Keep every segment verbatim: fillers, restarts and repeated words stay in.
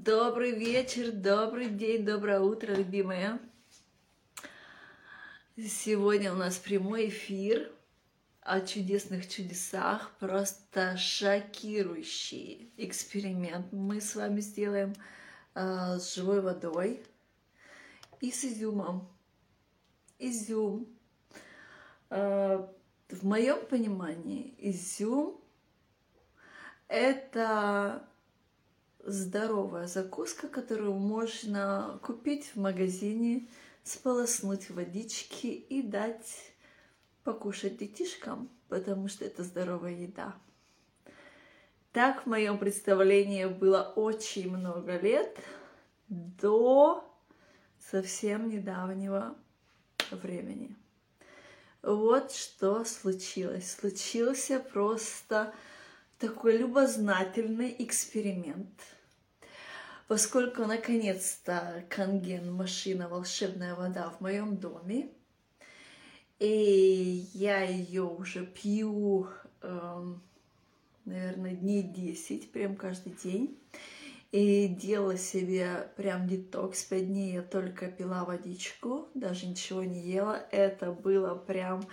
Добрый вечер, добрый день, доброе утро, любимые. Сегодня у нас прямой эфир о чудесных чудесах, просто шокирующий эксперимент. Мы с вами сделаем э, с живой водой и с изюмом. Изюм. Э, в моем понимании изюм – это здоровая закуска, которую можно купить в магазине, сполоснуть в водички и дать покушать детишкам, потому что это здоровая еда. Так в моем представлении было очень много лет, до совсем недавнего времени. Вот что случилось. Случился просто такой любознательный эксперимент. Поскольку наконец-то Канген, машина волшебная вода в моем доме, и я ее уже пью, э, наверное, дней десять, прям каждый день, и делала себе прям детокс. Пять дней я только пила водичку, даже ничего не ела. Это было прям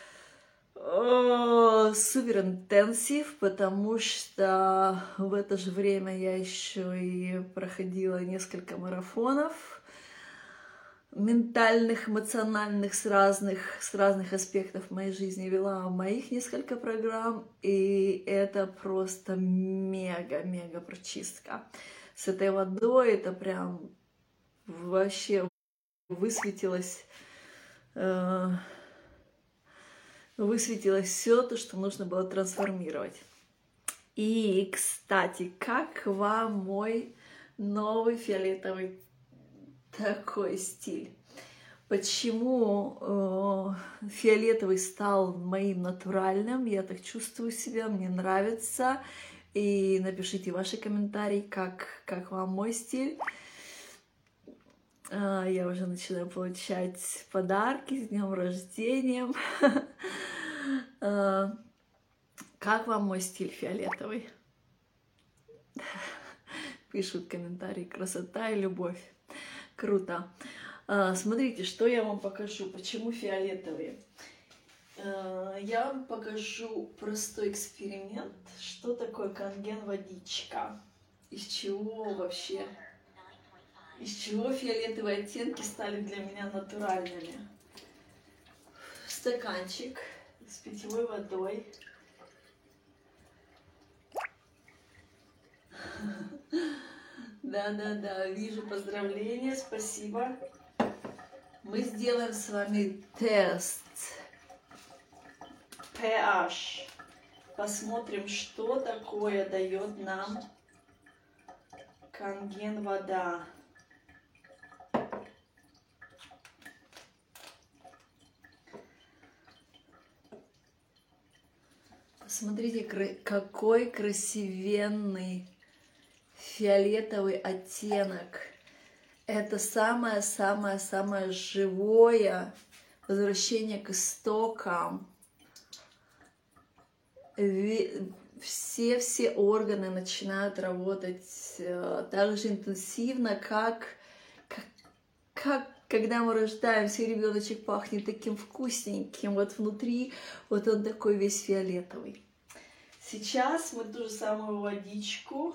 супер интенсив, потому что в это же время я еще и проходила несколько марафонов ментальных, эмоциональных, с разных, с разных аспектов моей жизни, вела моих несколько программ, и это просто мега-мега прочистка. С этой водой это прям вообще высветилось э высветилось все то, что нужно было трансформировать. И, кстати, как вам мой новый фиолетовый такой стиль? Почему э, фиолетовый стал моим натуральным? Я так чувствую себя, мне нравится. И напишите ваши комментарии, как, как вам мой стиль. Я уже начинаю получать подарки с днем рождения. Как вам мой стиль фиолетовый? Пишут комментарии. Красота и любовь. Круто. Смотрите, что я вам покажу. Почему фиолетовые? Я вам покажу простой эксперимент. Что такое канген водичка? Из чего вообще? Из чего фиолетовые оттенки стали для меня натуральными? Стаканчик с питьевой водой. Да-да-да, вижу поздравления, спасибо. Мы сделаем с вами тест pH. Посмотрим, что такое дает нам канген вода. Смотрите, какой красивенный фиолетовый оттенок. Это самое-самое-самое живое возвращение к истокам. Все-все органы начинают работать так же интенсивно, как, как, как когда мы рождаемся, и ребеночек пахнет таким вкусненьким, вот внутри, вот он такой весь фиолетовый. Сейчас мы ту же самую водичку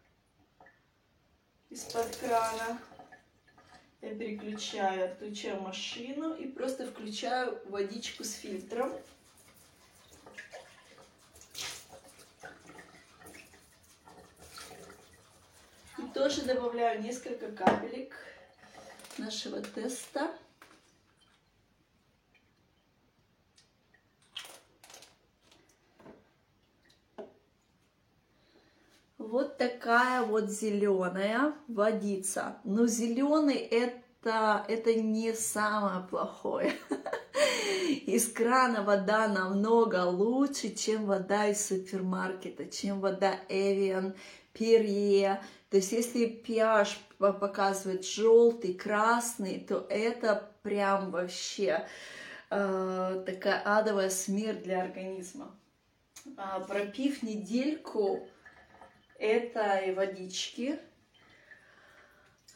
из-под крана, я переключаю, отключаю машину и просто включаю водичку с фильтром. И тоже добавляю несколько капелек нашего теста. Вот такая вот зеленая водица. Но зеленый это, это не самое плохое. Из крана вода намного лучше, чем вода из супермаркета, чем вода Evian, Perrier. То есть если pH показывает желтый, красный, то это прям вообще э, такая адовая смерть для организма. А, пропив недельку этой водички,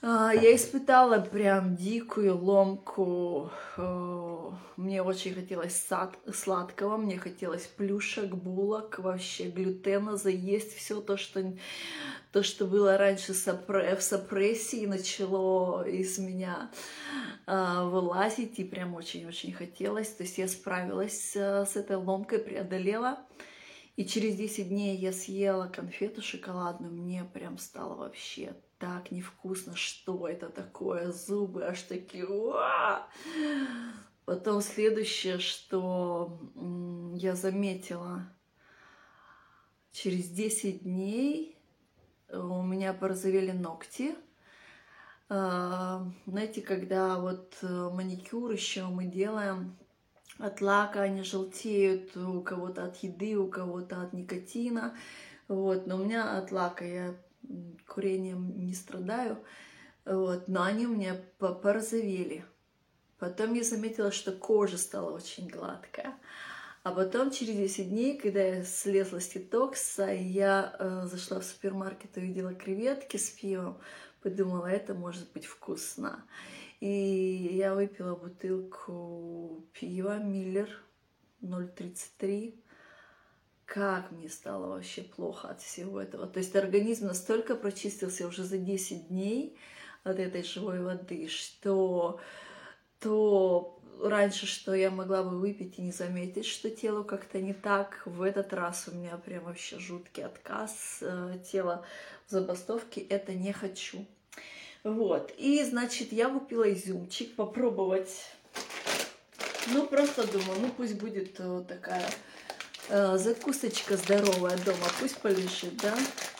А, Я испытала прям дикую ломку. Э, Мне очень хотелось сад- сладкого, мне хотелось плюшек, булок, вообще глютена, заесть все то, что, то, что было раньше сопре- в сопрессии, начало из меня а, вылазить, и прям очень-очень хотелось. То есть я справилась э, с этой ломкой, преодолела. И через десять дней я съела конфету шоколадную, мне прям стало вообще так невкусно, что это такое, зубы аж такие, уа! Потом следующее, что м, я заметила, через десять дней у меня порозовели ногти. А, Знаете, когда вот э, маникюр еще мы делаем от лака, они желтеют, у кого-то от еды, у кого-то от никотина. Вот, но у меня от лака, я м, курением не страдаю, вот, но они у меня по- порозовели. Потом я заметила, что кожа стала очень гладкая. А потом, через десять дней, когда я слезла с детокса, я э, зашла в супермаркет, увидела креветки с пивом, подумала, это может быть вкусно. И я выпила бутылку пива Миллер ноль тридцать три. Как мне стало вообще плохо от всего этого. То есть организм настолько прочистился уже за десять дней от этой живой воды, что то раньше, что я могла бы выпить и не заметить, что телу как-то не так, в этот раз у меня прям вообще жуткий отказ. э, Тело в забастовке, это не хочу. Вот, и, значит, я купила изюмчик попробовать. Ну, просто думаю, ну, пусть будет э, такая э, закусочка здоровая дома, пусть полежит, да?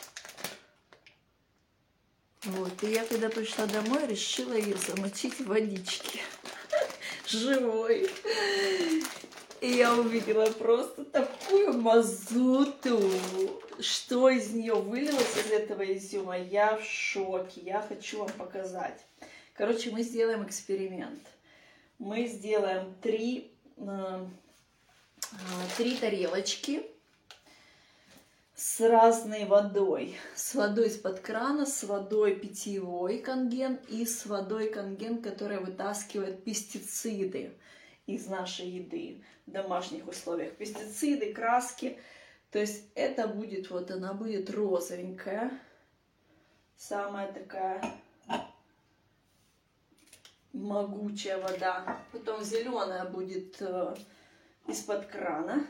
Вот, и я, когда пришла домой, решила ее замочить в водичке живой. И я увидела просто такую мазуту, что из нее вылилось, из этого изюма. Я в шоке, я хочу вам показать. Короче, мы сделаем эксперимент. Мы сделаем три, э, три тарелочки с разной водой. С водой из-под крана, с водой питьевой канген и с водой канген, которая вытаскивает пестициды из нашей еды в домашних условиях. Пестициды, краски. То есть это будет, вот она будет розовенькая. Самая такая могучая вода. Потом зеленая будет э, из-под крана.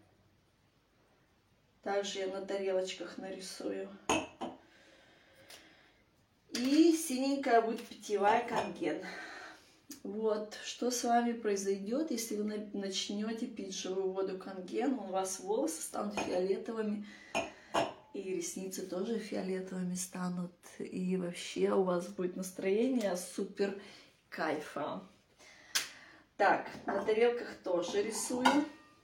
Также я на тарелочках нарисую. И синенькая будет питьевая канген. Вот, что с вами произойдет, если вы начнете пить живую воду канген, у вас волосы станут фиолетовыми, и ресницы тоже фиолетовыми станут, и вообще у вас будет настроение супер кайфа. Так, на тарелках тоже рисую.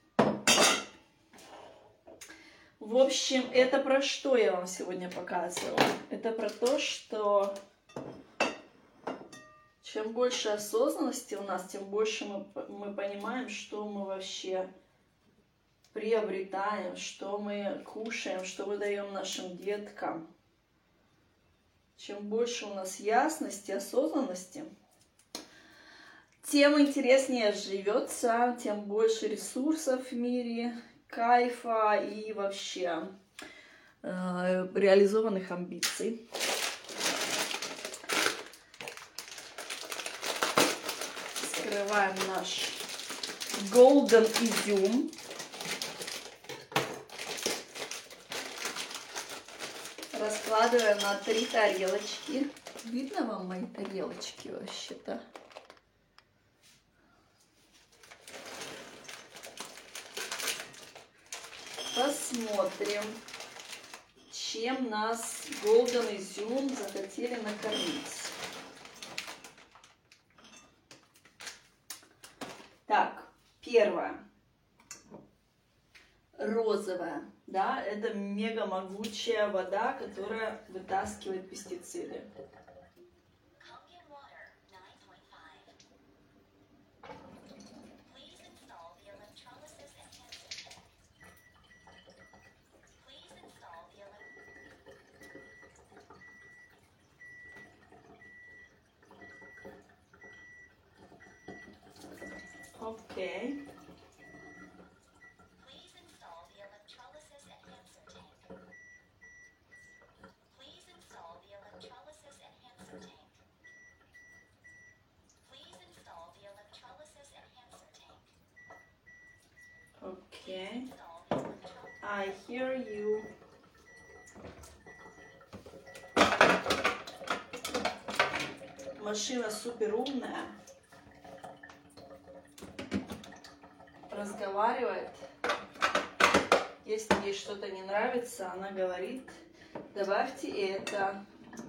В общем, это про что я вам сегодня показывала? Это про то, что чем больше осознанности у нас, тем больше мы, мы понимаем, что мы вообще приобретаем, что мы кушаем, что выдаем нашим деткам. Чем больше у нас ясности, осознанности, тем интереснее живется, тем больше ресурсов в мире, кайфа и вообще э, реализованных амбиций. Скрываем наш golden изюм. Раскладываем на три тарелочки. Видно вам мои тарелочки вообще-то? Посмотрим, чем нас golden изюм захотели накормить. Так, первое. Розовая, да, это мега могучая вода, которая вытаскивает пестициды. Окей. Okay, I hear you. Машина супер умная. Разговаривает. Если ей что-то не нравится, она говорит: добавьте это.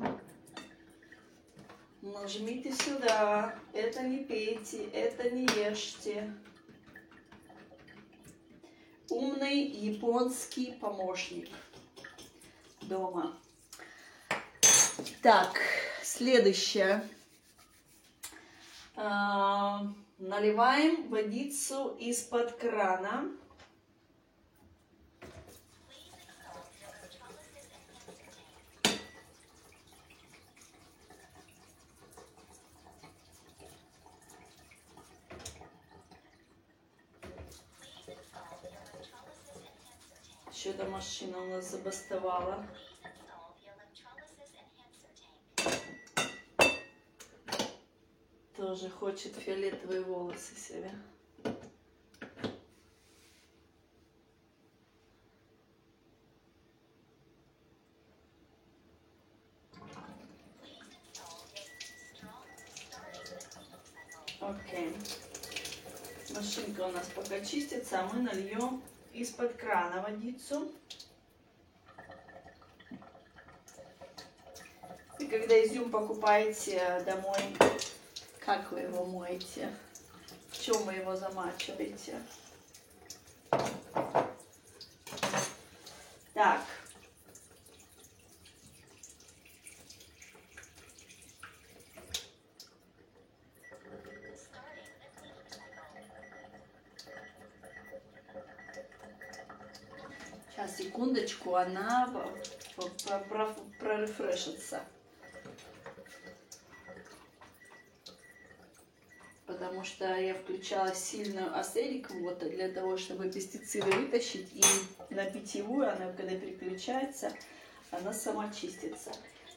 Нажмите сюда. Это не пейте, это не ешьте. Умный японский помощник дома. Так, следующее. А, наливаем водицу из-под крана. Что-то машина у нас забастовала. Тоже хочет фиолетовые волосы себе. Окей. Машинка у нас пока чистится, а мы нальем из-под крана водицу. И когда изюм покупаете домой, как вы его моете? В чем вы его замачиваете? Так. Сейчас, секундочку, она прорефрешится. Потому что я включала сильную астерик вот для того, чтобы пестициды вытащить. И на питьевую она, когда переключается, она сама чистится.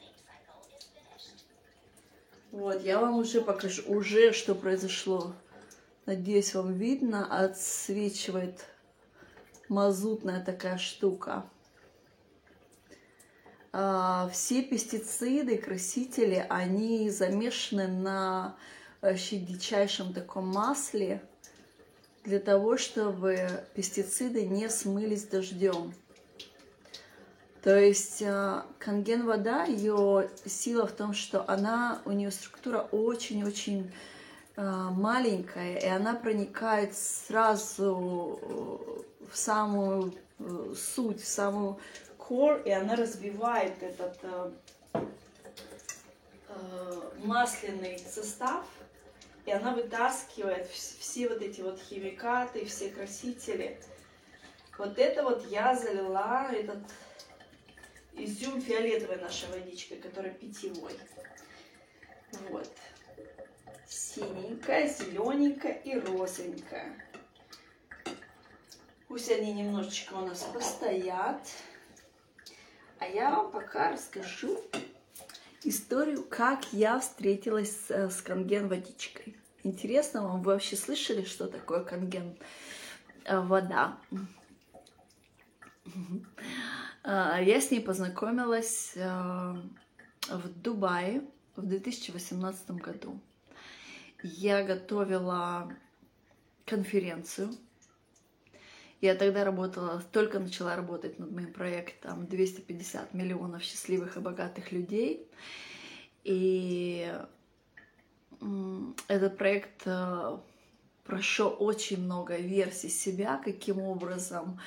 Вот, я вам уже покажу, уже что произошло. Надеюсь, вам видно, отсвечивает мазутная такая штука. А, все пестициды, красители, они замешаны на вообще дичайшем таком масле для того, чтобы пестициды не смылись дождем. То есть канген вода, ее сила в том, что она, у нее структура очень-очень маленькая, и она проникает сразу в самую суть, в самую core, и она разбивает этот масляный состав, и она вытаскивает все вот эти вот химикаты, все красители. Вот это вот я залила этот изюм фиолетовой нашей водичкой, которая питьевой. Вот. Синенькая, зелененькая и розовенькая. Пусть они немножечко у нас постоят. А я вам пока расскажу историю, как я встретилась с, с канген водичкой. Интересно вам, вы вообще слышали, что такое канген вода? Я с ней познакомилась в Дубае в две тысячи восемнадцатом году. Я готовила конференцию. Я тогда работала, только начала работать над моим проектом двести пятьдесят миллионов счастливых и богатых людей. И этот проект прошел очень много версий себя, каким образом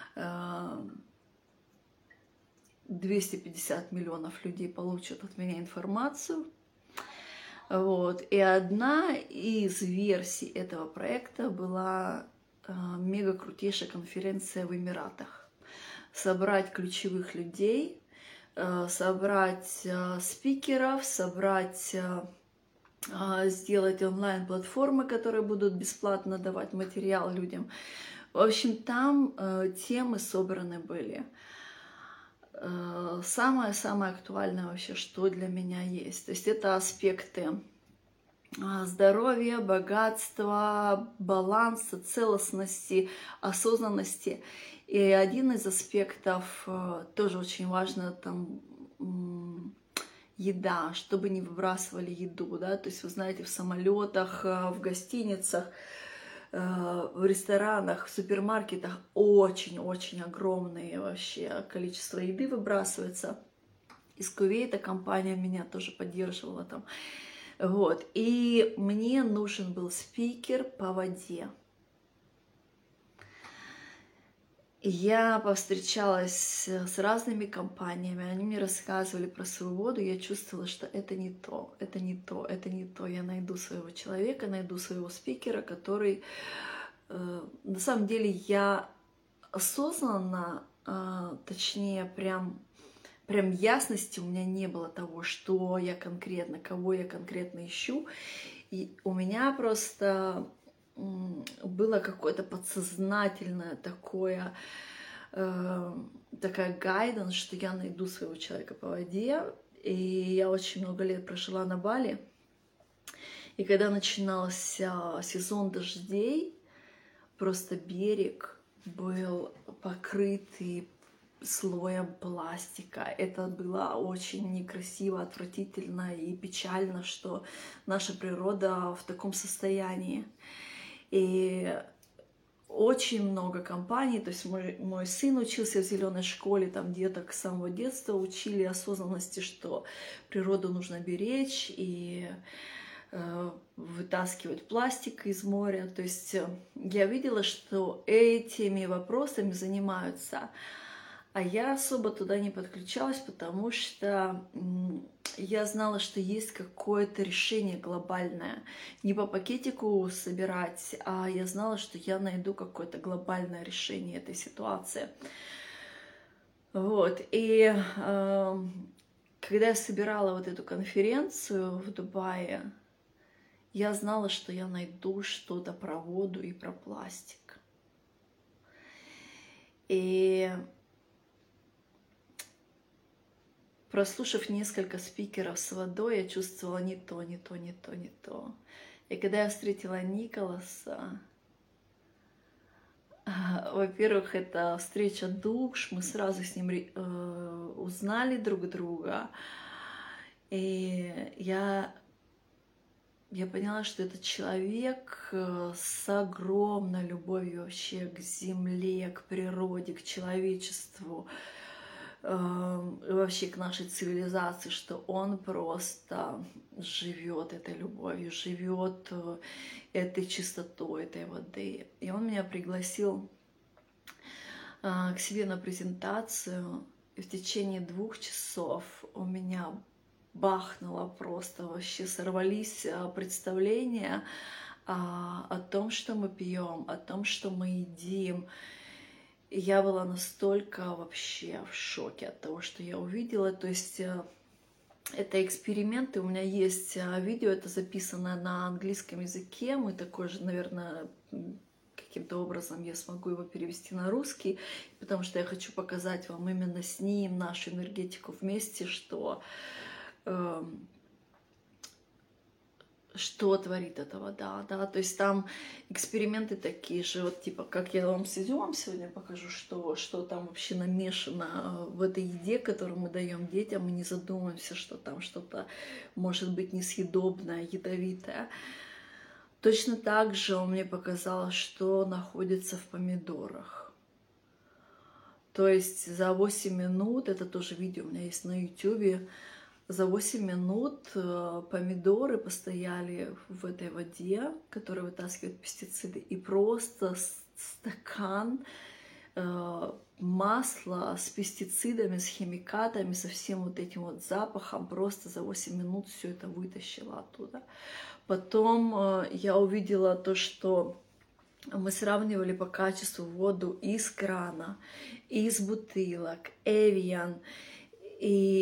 двести пятьдесят миллионов людей получат от меня информацию. Вот. И одна из версий этого проекта была мега крутейшая конференция в Эмиратах. Собрать ключевых людей, собрать спикеров, собрать сделать онлайн-платформы, которые будут бесплатно давать материал людям. В общем, там э, темы собраны были. Самое-самое актуальное вообще, что для меня есть. То есть это аспекты здоровья, богатства, баланса, целостности, осознанности. И один из аспектов, тоже очень важно, там, еда, чтобы не выбрасывали еду, да, то есть вы знаете, в самолетах, в гостиницах, в ресторанах, в супермаркетах очень-очень огромное вообще количество еды выбрасывается. Из Кувейта компания меня тоже поддерживала там. Вот. И мне нужен был спикер по воде. Я повстречалась с разными компаниями, они мне рассказывали про свою воду, я чувствовала, что это не то, это не то, это не то. Я найду своего человека, найду своего спикера, который... Э, на самом деле я осознанно, э, точнее, прям, прям ясности у меня не было того, что я конкретно, кого я конкретно ищу. И у меня просто... было какое-то подсознательное такое, э, такая гайденс, что я найду своего человека по воде. И я очень много лет прожила на Бали. И когда начинался сезон дождей, просто берег был покрытый слоем пластика. Это было очень некрасиво, отвратительно и печально, что наша природа в таком состоянии. И очень много компаний, то есть мой, мой сын учился в зеленой школе, там деток с самого детства учили осознанности, что природу нужно беречь и э, вытаскивать пластик из моря. То есть я видела, что этими вопросами занимаются, а я особо туда не подключалась, потому что я знала, что есть какое-то решение глобальное. Не по пакетику собирать, а я знала, что я найду какое-то глобальное решение этой ситуации. Вот. И э, когда я собирала вот эту конференцию в Дубае, я знала, что я найду что-то про воду и про пластик. И прослушав несколько спикеров с водой, я чувствовала не то, не то, не то, не то. И когда я встретила Николаса, во-первых, это встреча душ, мы сразу с ним э, узнали друг друга. И я, я поняла, что это человек с огромной любовью вообще к земле, к природе, к человечеству, вообще к нашей цивилизации, что он просто живет этой любовью, живет этой чистотой, этой воды. И он меня пригласил к себе на презентацию, и в течение двух часов у меня бахнуло просто, вообще сорвались представления о том, что мы пьем, о том, что мы едим. И я была настолько вообще в шоке от того, что я увидела. То есть это эксперименты. У меня есть видео, это записано на английском языке. Мы такой же, наверное, каким-то образом я смогу его перевести на русский, потому что я хочу показать вам именно с ним нашу энергетику вместе, что... Э, что творит эта вода, да, то есть там эксперименты такие же, вот типа, как я вам с изюмом сегодня покажу, что, что там вообще намешано в этой еде, которую мы даем детям, мы не задумываемся, что там что-то может быть несъедобное, ядовитое. Точно так же он мне показал, что находится в помидорах. То есть за восемь минут, это тоже видео у меня есть на ютубе, за восемь минут помидоры постояли в этой воде, которая вытаскивает пестициды, и просто стакан масла с пестицидами, с химикатами, со всем вот этим вот запахом, просто за восемь минут все это вытащила оттуда. Потом я увидела то, что мы сравнивали по качеству воду из крана, из бутылок, Evian, и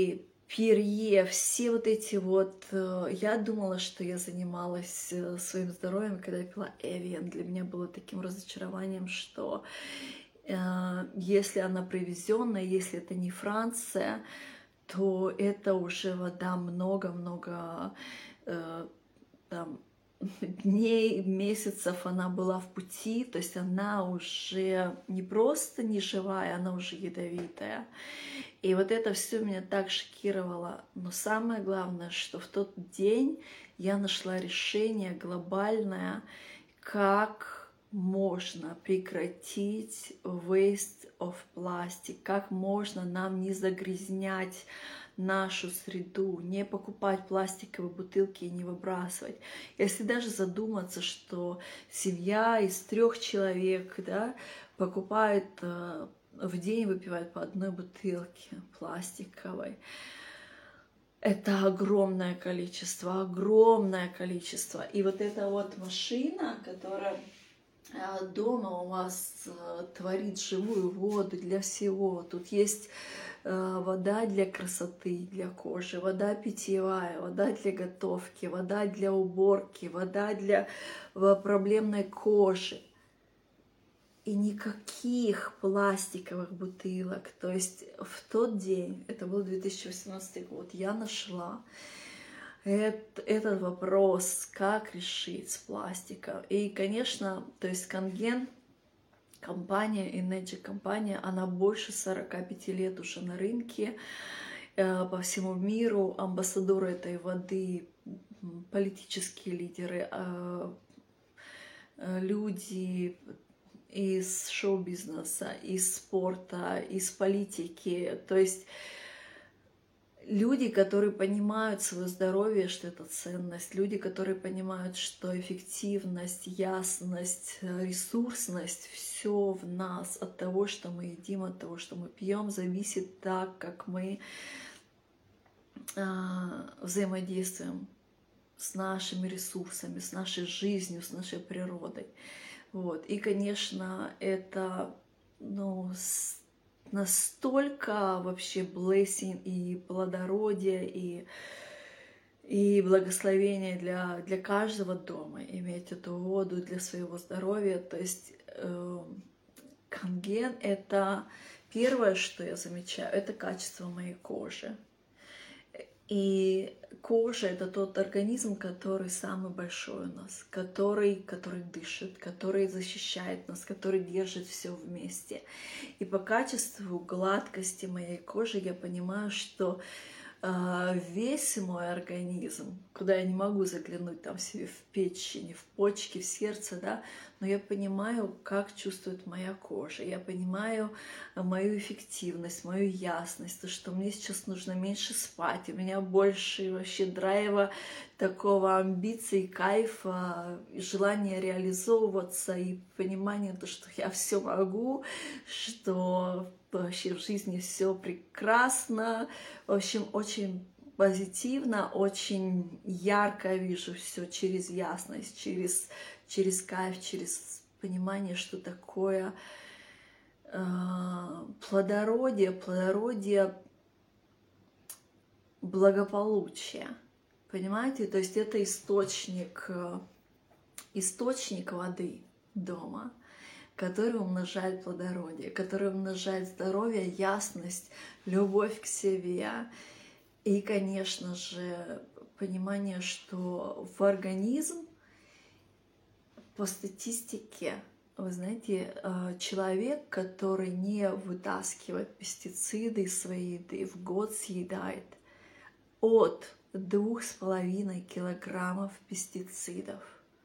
перье, все вот эти вот... Я думала, что я занималась своим здоровьем, когда я пила Эвиан. Для меня было таким разочарованием, что э, если она привезенная, если это не Франция, то это уже вода много-много э, там, дней, месяцев она была в пути, то есть она уже не просто не живая, она уже ядовитая. И вот это все меня так шокировало. Но самое главное, что в тот день я нашла решение глобальное, как можно прекратить waste of plastic, как можно нам не загрязнять нашу среду, не покупать пластиковые бутылки и не выбрасывать. Если даже задуматься, что семья из трех человек, да, покупает э, в день, выпивает по одной бутылке пластиковой, это огромное количество, огромное количество. И вот эта вот машина, которая дома у вас творит живую воду для всего. Тут есть вода для красоты, для кожи, вода питьевая, вода для готовки, вода для уборки, вода для проблемной кожи. И никаких пластиковых бутылок. То есть в тот день, это был две тысячи восемнадцатый год, я нашла этот вопрос, как решить с пластиком. И, конечно, то есть Kangen, компания, Energy компания, она больше сорока пяти лет уже на рынке, по всему миру, амбассадоры этой воды, политические лидеры, люди из шоу-бизнеса, из спорта, из политики, то есть люди, которые понимают свое здоровье, что это ценность, люди, которые понимают, что эффективность, ясность, ресурсность, все в нас от того, что мы едим, от того, что мы пьем, зависит так, как мы э, взаимодействуем с нашими ресурсами, с нашей жизнью, с нашей природой. Вот. И, конечно, это, ну, настолько вообще blessing и плодородие, и, и благословение для, для каждого дома, иметь эту воду для своего здоровья. То есть э, Kangen — это первое, что я замечаю, это качество моей кожи. И кожа — это тот организм, который самый большой у нас, который, который дышит, который защищает нас, который держит все вместе. И по качеству гладкости моей кожи я понимаю, что э, весь мой организм, куда я не могу заглянуть там себе в печень, в почки, в сердце, да, но я понимаю, как чувствует моя кожа, я понимаю мою эффективность, мою ясность, то, что мне сейчас нужно меньше спать, у меня больше вообще драйва, такого амбиций, кайфа, желания реализовываться и понимание, то, что я все могу, что вообще в жизни все прекрасно, в общем, очень позитивно, очень ярко вижу все через ясность, через, через кайф, через понимание, что такое э, плодородие, плодородие благополучия. Понимаете? То есть это источник, источник воды дома, который умножает плодородие, который умножает здоровье, ясность, любовь к себе. И, конечно же, понимание, что в организм, по статистике, вы знаете, человек, который не вытаскивает пестициды из своей еды, в год съедает от двух с половиной килограммов пестицидов.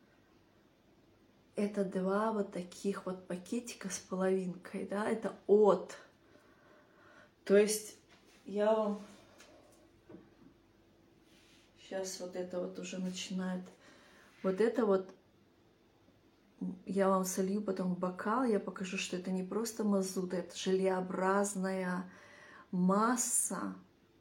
Это два вот таких вот пакетика с половинкой, да, это от. То есть я вам... Сейчас вот это вот уже начинает... Вот это вот я вам солью потом в бокал, я покажу, что это не просто мазут, это желеобразная масса,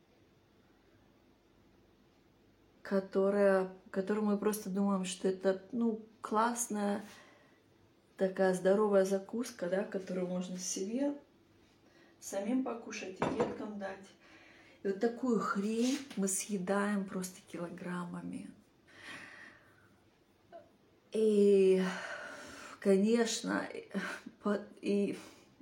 которая, которую мы просто думаем, что это, ну, классная такая здоровая закуска, да, которую можно себе самим покушать и деткам дать. И вот такую хрень мы съедаем просто килограммами. И, конечно, и,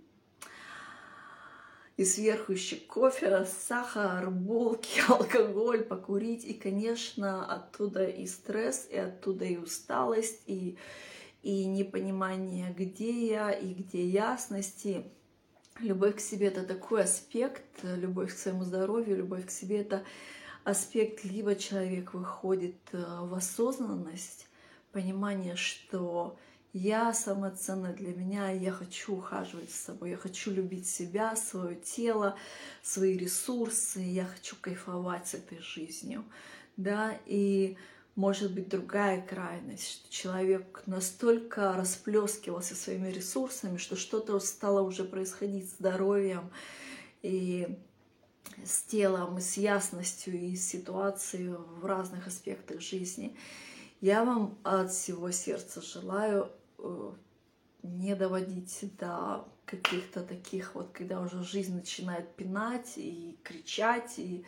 и сверху еще кофе, сахар, булки, алкоголь, покурить. И, конечно, оттуда и стресс, и оттуда и усталость, и, и непонимание, где я, и где ясности. Любовь к себе — это такой аспект, любовь к своему здоровью, любовь к себе — это аспект, либо человек выходит в осознанность, понимание, что я самоценна для меня, я хочу ухаживать за собой, я хочу любить себя, свое тело, свои ресурсы, я хочу кайфовать с этой жизнью, да, и может быть другая крайность, что человек настолько расплескивался своими ресурсами, что что-то стало уже происходить с здоровьем и с телом, и с ясностью, и с ситуацией в разных аспектах жизни. Я вам от всего сердца желаю не доводить до каких-то таких вот, когда уже жизнь начинает пинать и кричать, и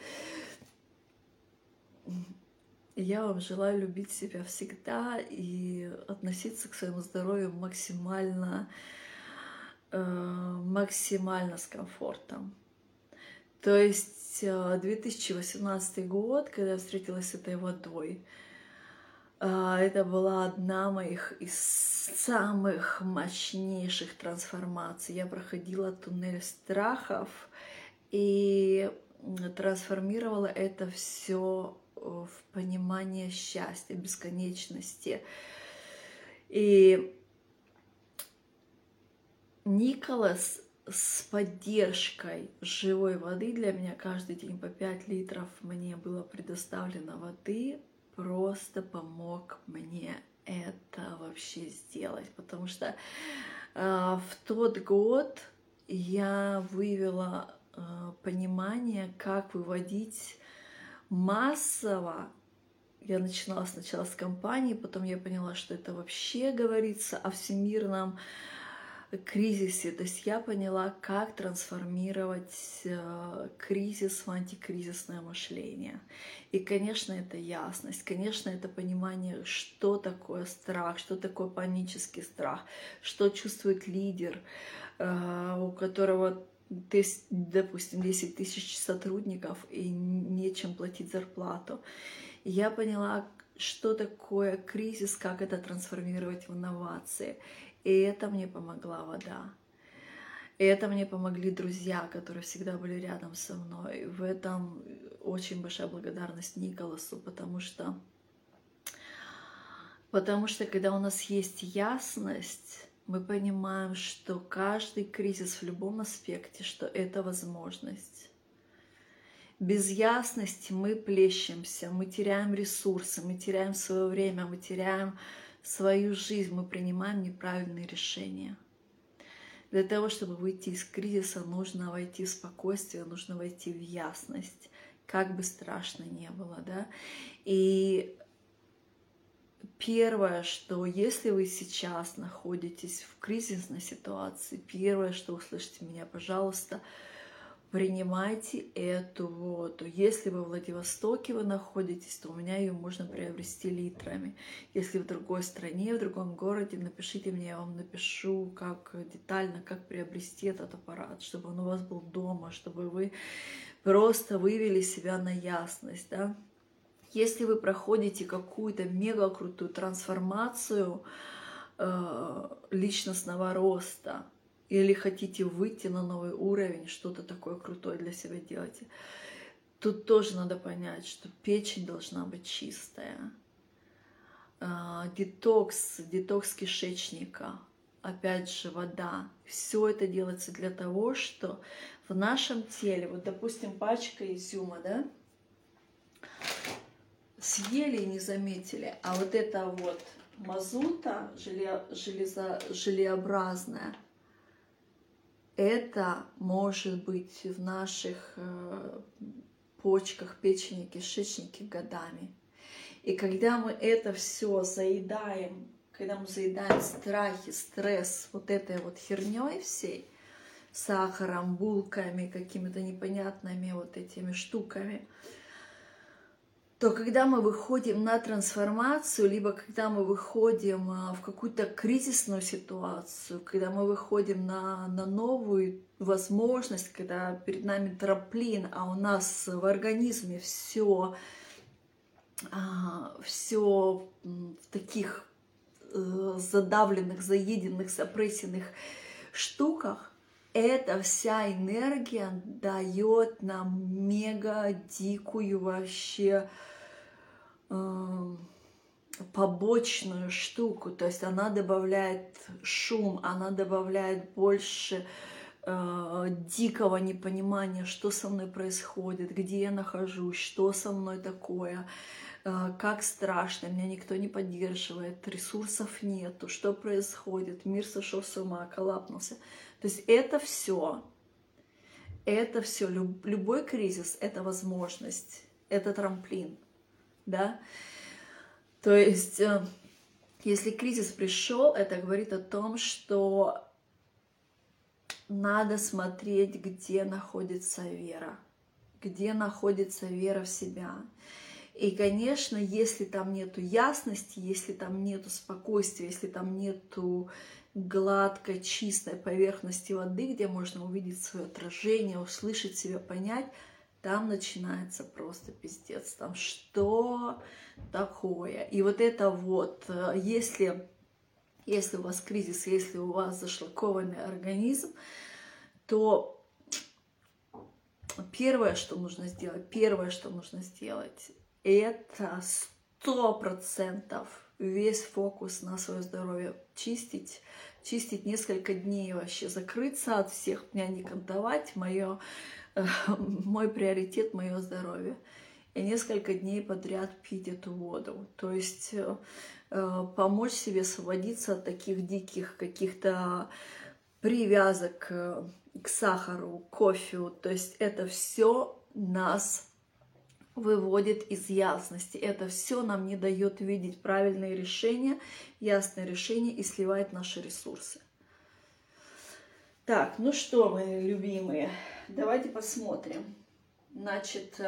я вам желаю любить себя всегда и относиться к своему здоровью максимально, максимально с комфортом. То есть две тысячи восемнадцатый год, когда я встретилась с этой водой, это была одна моих из самых мощнейших трансформаций. Я проходила туннель страхов и трансформировала это все в понимание счастья, бесконечности. И Николас с поддержкой живой воды, для меня каждый день по пять литров мне было предоставлено воды, просто помог мне это вообще сделать. Потому что э, в тот год я вывела э, понимание, как выводить массово. Я начинала сначала с компании, потом я поняла, что это вообще говорится о всемирном кризисе. То есть я поняла, как трансформировать э, кризис в антикризисное мышление. И, конечно, это ясность, конечно, это понимание, что такое страх, что такое панический страх, что чувствует лидер, э, у которого, допустим, десять тысяч сотрудников и нечем платить зарплату. И я поняла, что такое кризис, как это трансформировать в инновации. И это мне помогла вода. И это мне помогли друзья, которые всегда были рядом со мной. В этом очень большая благодарность Николасу, потому что, потому что когда у нас есть ясность, мы понимаем, что каждый кризис в любом аспекте, что это возможность. Без ясности мы плещемся, мы теряем ресурсы, мы теряем свое время, мы теряем свою жизнь, мы принимаем неправильные решения. Для того, чтобы выйти из кризиса, нужно войти в спокойствие, нужно войти в ясность, как бы страшно ни было, да. И первое, что если вы сейчас находитесь в кризисной ситуации, первое, что услышите меня, пожалуйста, принимайте эту воду. Если вы в Владивостоке вы находитесь, то у меня ее можно приобрести литрами. Если в другой стране, в другом городе, напишите мне, я вам напишу, как детально, как приобрести этот аппарат, чтобы он у вас был дома, чтобы вы просто вывели себя на ясность, да? Если вы проходите какую-то мега крутую трансформацию э, личностного роста, или хотите выйти на новый уровень, что-то такое крутое для себя делаете, тут тоже надо понять, что печень должна быть чистая. Детокс, детокс кишечника, опять же вода. Все это делается для того, что в нашем теле, вот допустим, пачка изюма, да, съели и не заметили, а вот эта вот мазута желе, железо, желеобразная, это может быть в наших э, почках, печени, кишечнике годами. И когда мы это все заедаем, когда мы заедаем страхи, стресс вот этой вот херней всей, сахаром, булками, какими-то непонятными вот этими штуками, то когда мы выходим на трансформацию, либо когда мы выходим в какую-то кризисную ситуацию, когда мы выходим на, на новую возможность, когда перед нами трамплин, а у нас в организме все, все в таких задавленных, заеденных, запрессенных штуках, эта вся энергия дает нам мега дикую вообще э, побочную штуку. То есть она добавляет шум, она добавляет больше э, дикого непонимания, что со мной происходит, где я нахожусь, что со мной такое, э, как страшно, меня никто не поддерживает, ресурсов нету, что происходит, мир сошел с ума, коллапнулся. То есть это все, это все, любой кризис — это возможность, это трамплин, да. То есть, если кризис пришел, это говорит о том, что надо смотреть, где находится вера, где находится вера в себя. И, конечно, если там нету ясности, если там нету спокойствия, если там нету гладкой, чистой поверхности воды, где можно увидеть свое отражение, услышать себя, понять, там начинается просто пиздец. Там что такое? И вот это вот, если, если у вас кризис, если у вас зашлакованный организм, то первое, что нужно сделать, первое, что нужно сделать, это сто процентов весь фокус на свое здоровье чистить, чистить несколько дней вообще, закрыться от всех, меня не кантовать, мое, э, мой приоритет, мое здоровье. И несколько дней подряд пить эту воду. То есть э, помочь себе освободиться от таких диких каких-то привязок к, к сахару, кофе. То есть это все нас выводит из ясности. Это все нам не дает видеть правильные решения, ясные решения и сливает наши ресурсы. Так, ну что, мои любимые, давайте посмотрим. Значит,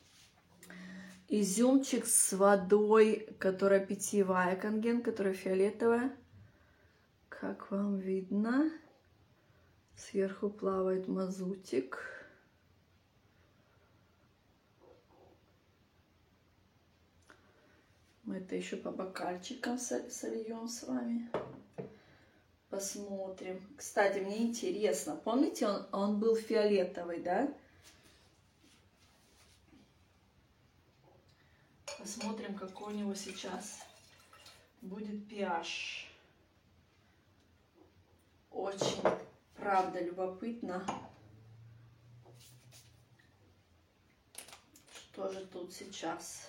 изюмчик с водой, которая питьевая, канген, которая фиолетовая. Как вам видно, сверху плавает мазутик. Мы это еще по бокальчикам сольем с вами. Посмотрим. Кстати, мне интересно. Помните, он, он был фиолетовый, да? Посмотрим, какой у него сейчас будет pH. Очень, правда, любопытно. Что же тут сейчас?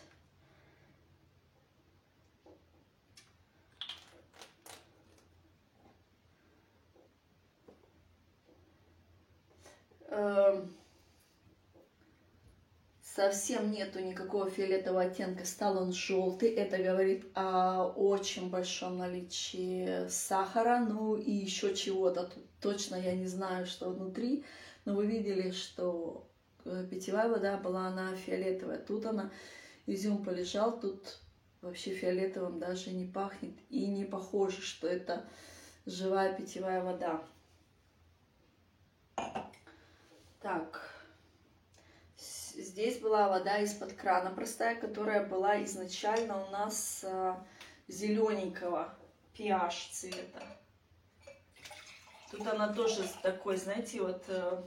Совсем нету никакого фиолетового оттенка, стал он желтый. Это говорит о очень большом наличии сахара, ну и еще чего-то. Тут точно я не знаю, что внутри, но вы видели, что питьевая вода была, она фиолетовая. Тут она, изюм полежал, тут вообще фиолетовым даже не пахнет и не похоже, что это живая питьевая вода. Так, здесь была вода из-под крана простая, которая была изначально у нас а, зелененького pH цвета. Тут она тоже такой, знаете, вот а,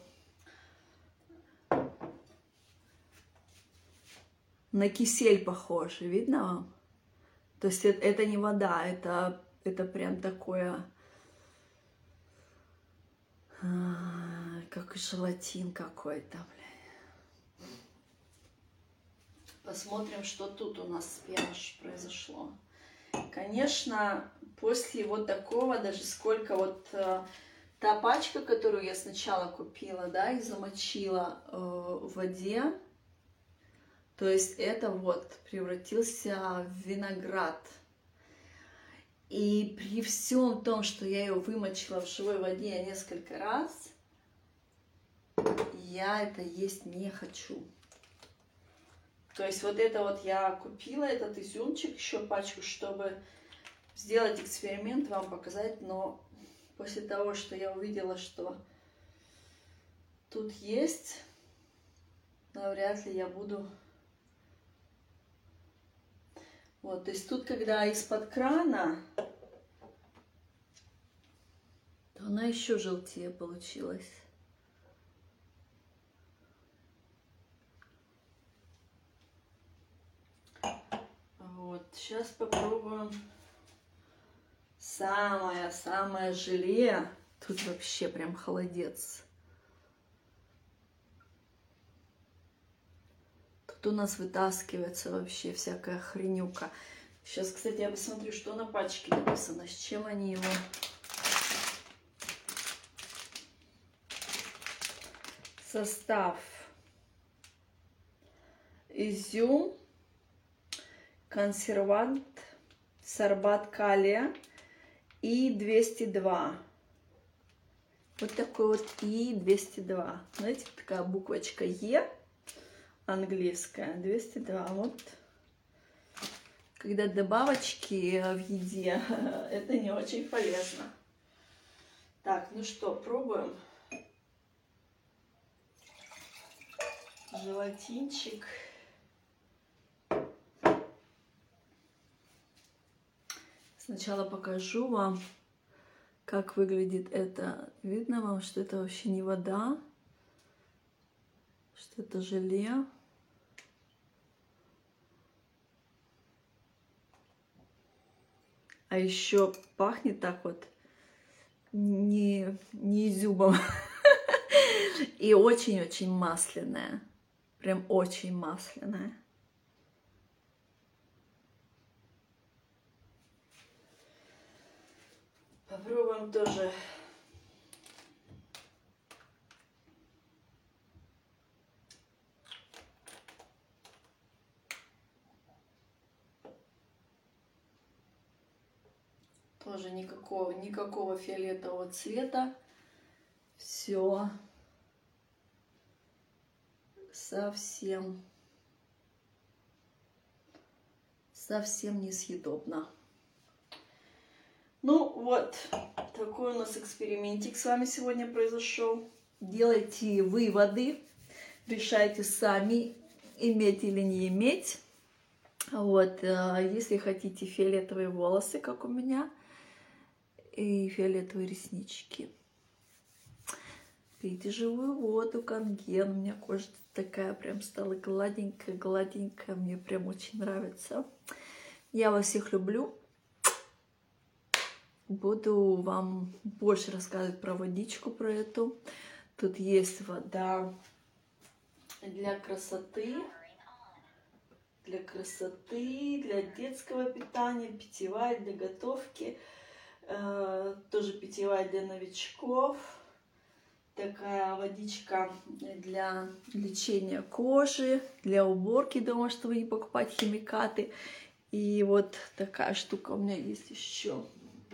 на кисель похожа, видно вам? То есть это, это не вода, это, это прям такое... А, как желатин какой-то, блин. Посмотрим, что тут у нас с pH произошло. Конечно, после вот такого, даже сколько вот э, та пачка, которую я сначала купила, да, и замочила э, в воде, то есть это вот превратился в виноград. И при всем том, что я ее вымочила в живой воде несколько раз, я это есть не хочу. То есть вот это вот я купила, этот изюмчик, еще пачку, чтобы сделать эксперимент, вам показать. Но после того, что я увидела, что тут есть, навряд ли я буду... Вот, то есть тут, когда из-под крана, то она еще желтее получилась. Вот, сейчас попробуем самое-самое желе. Тут вообще прям холодец. Тут у нас вытаскивается вообще всякая хренюка. Сейчас, кстати, я посмотрю, что на пачке написано, с чем они его... Состав: изюм, консервант, сорбат калия и двести два. Вот такой вот и двести два. Знаете, такая буквочка Е английская, двести два. Вот. Когда добавочки в еде, это не очень полезно. Так, ну что, пробуем. Желатинчик. Сначала покажу вам, как выглядит это. Видно вам, что это вообще не вода, что это желе. А еще пахнет так вот не, не изюмом. И очень-очень масляная. Прям очень масляная. Попробуем тоже. Тоже никакого, никакого фиолетового цвета. Все совсем, совсем несъедобно. Ну вот, такой у нас экспериментик с вами сегодня произошел. Делайте выводы, решайте сами, иметь или не иметь. Вот, если хотите фиолетовые волосы, как у меня, и фиолетовые реснички, пейте живую воду, канген. У меня кожа такая прям стала гладенькая, гладенькая. Мне прям очень нравится. Я вас всех люблю. Буду вам больше рассказывать про водичку, про эту. Тут есть вода для красоты. Для красоты, для детского питания, питьевая для готовки. Э, тоже питьевая для новичков. Такая водичка для лечения кожи, для уборки дома, чтобы не покупать химикаты. И вот такая штука у меня есть еще.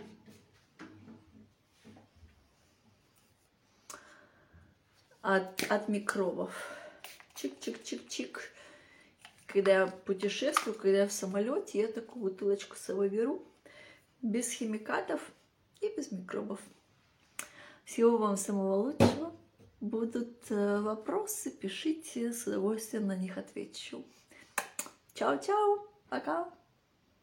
От, от микробов. Чик-чик-чик-чик. Когда я путешествую, когда я в самолете, я такую бутылочку с собой беру. Без химикатов и без микробов. Всего вам самого лучшего. Будут вопросы, пишите, с удовольствием на них отвечу. Чао-чао, пока!